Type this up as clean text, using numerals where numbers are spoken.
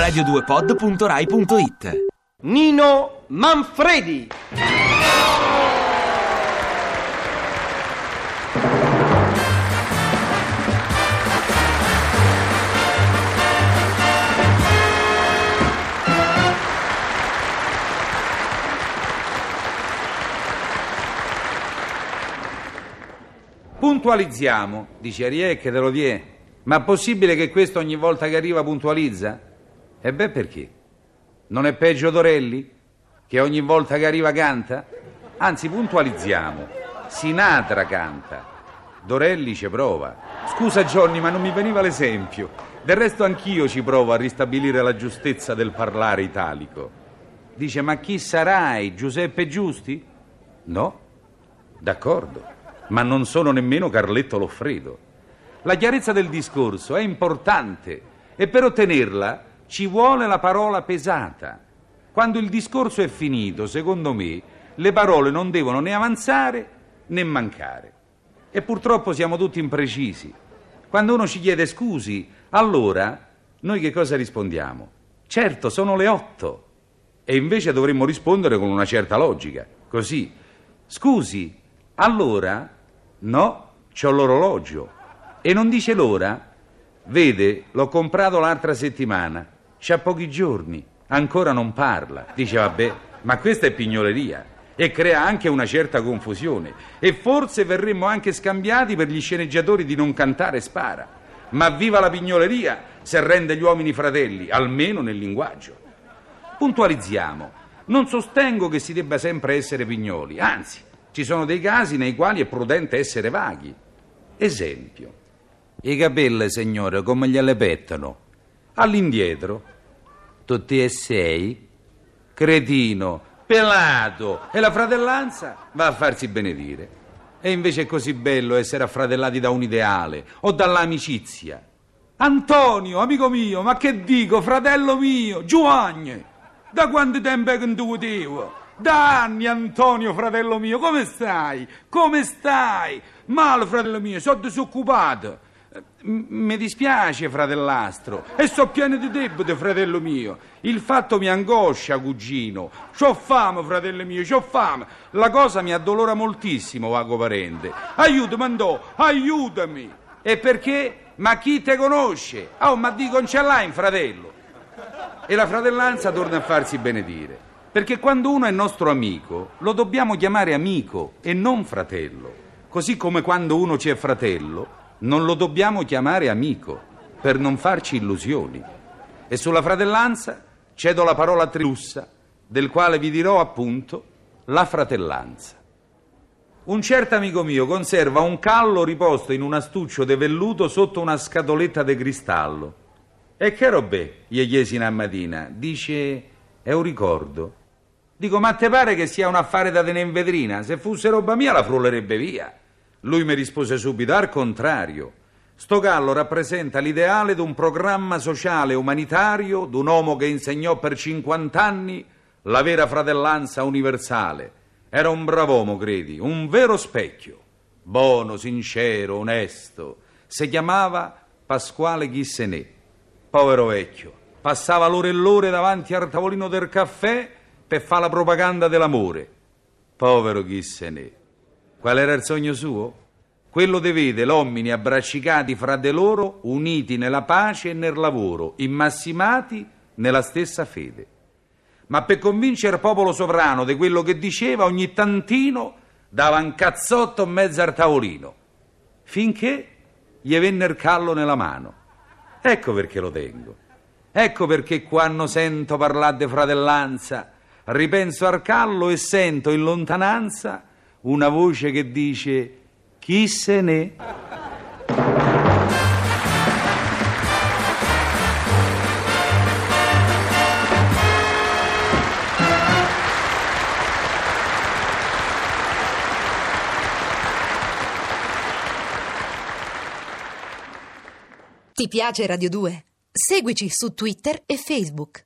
radio2pod.rai.it. Nino Manfredi. Puntualizziamo, dice Ariè che te lo vie. Ma è possibile che questo ogni volta che arriva puntualizza? E beh, perché? Non è peggio Dorelli, che ogni volta che arriva canta? Anzi, puntualizziamo, Sinatra canta, Dorelli ci prova. Scusa Johnny, ma non mi veniva l'esempio. Del resto anch'io ci provo a ristabilire la giustezza del parlare italico. Dice, ma chi sarai, Giuseppe Giusti? No, d'accordo, ma non sono nemmeno Carletto Loffredo. La chiarezza del discorso è importante e per ottenerla ci vuole la parola pesata. Quando il discorso è finito, secondo me, le parole non devono né avanzare né mancare. E purtroppo siamo tutti imprecisi. Quando uno ci chiede scusi, allora noi che cosa rispondiamo? Certo, sono le 8. E invece dovremmo rispondere con una certa logica. Così, scusi, allora? No, c'ho l'orologio. E non dice l'ora? Vede, l'ho comprato l'altra settimana. C'ha pochi giorni, ancora non parla. Dice, vabbè, ma questa è pignoleria e crea anche una certa confusione. E forse verremmo anche scambiati per gli sceneggiatori di Non cantare spara. Ma viva la pignoleria se rende gli uomini fratelli, almeno nel linguaggio. Puntualizziamo. Non sostengo che si debba sempre essere pignoli, anzi, ci sono dei casi nei quali è prudente essere vaghi. Esempio. I capelli, signore, come gliele pettano? All'indietro. Tutti e sei? Cretino, pelato. E la fratellanza va a farsi benedire. E invece è così bello essere affratellati da un ideale o dall'amicizia. Antonio, amico mio, ma che dico, fratello mio, Giovanni, da quanto tempo è che non ti vedevo? Da anni, Antonio, fratello mio, come stai? Come stai? Male, fratello mio, sono disoccupato. Mi dispiace, fratellastro, e so pieno di debiti, fratello mio. Il fatto mi angoscia, cugino. C'ho fame, fratello mio, c'ho fame. La cosa mi addolora moltissimo, vago parente. Aiutami, Andò, aiutami. E perché? Ma chi te conosce? Oh, ma dico, non ce l'hai un fratello? E la fratellanza torna a farsi benedire. Perché quando uno è nostro amico, lo dobbiamo chiamare amico e non fratello. Così come quando uno ci è fratello, non lo dobbiamo chiamare amico, per non farci illusioni. E sulla fratellanza cedo la parola a Trilussa, del quale vi dirò appunto la fratellanza. Un certo amico mio conserva un callo riposto in un astuccio de velluto sotto una scatoletta de cristallo. E che robè? Gli chiesi una mattina. Dice, è un ricordo. Dico, ma te pare che sia un affare da tenere in vetrina? Se fosse roba mia la frullerebbe via. Lui mi rispose subito, al contrario. Sto callo rappresenta l'ideale di un programma sociale umanitario, d'un uomo che insegnò per 50 anni la vera fratellanza universale. Era un brav'uomo, credi, un vero specchio. Buono, sincero, onesto. Si chiamava Pasquale Chissenè. Povero vecchio. Passava l'ore e l'ore davanti al tavolino del caffè per fare la propaganda dell'amore. Povero Chissenè. Qual era il sogno suo? Quello di vedere l'uomini abbraccicati fra di loro, uniti nella pace e nel lavoro, immassimati nella stessa fede. Ma per convincere il popolo sovrano di quello che diceva, ogni tantino dava un cazzotto in mezzo al tavolino, finché gli venne il callo nella mano. Ecco perché lo tengo. Ecco perché quando sento parlare di fratellanza, ripenso al callo e sento in lontananza una voce che dice, chi se ne? Ti piace Radio 2? Seguici su Twitter e Facebook.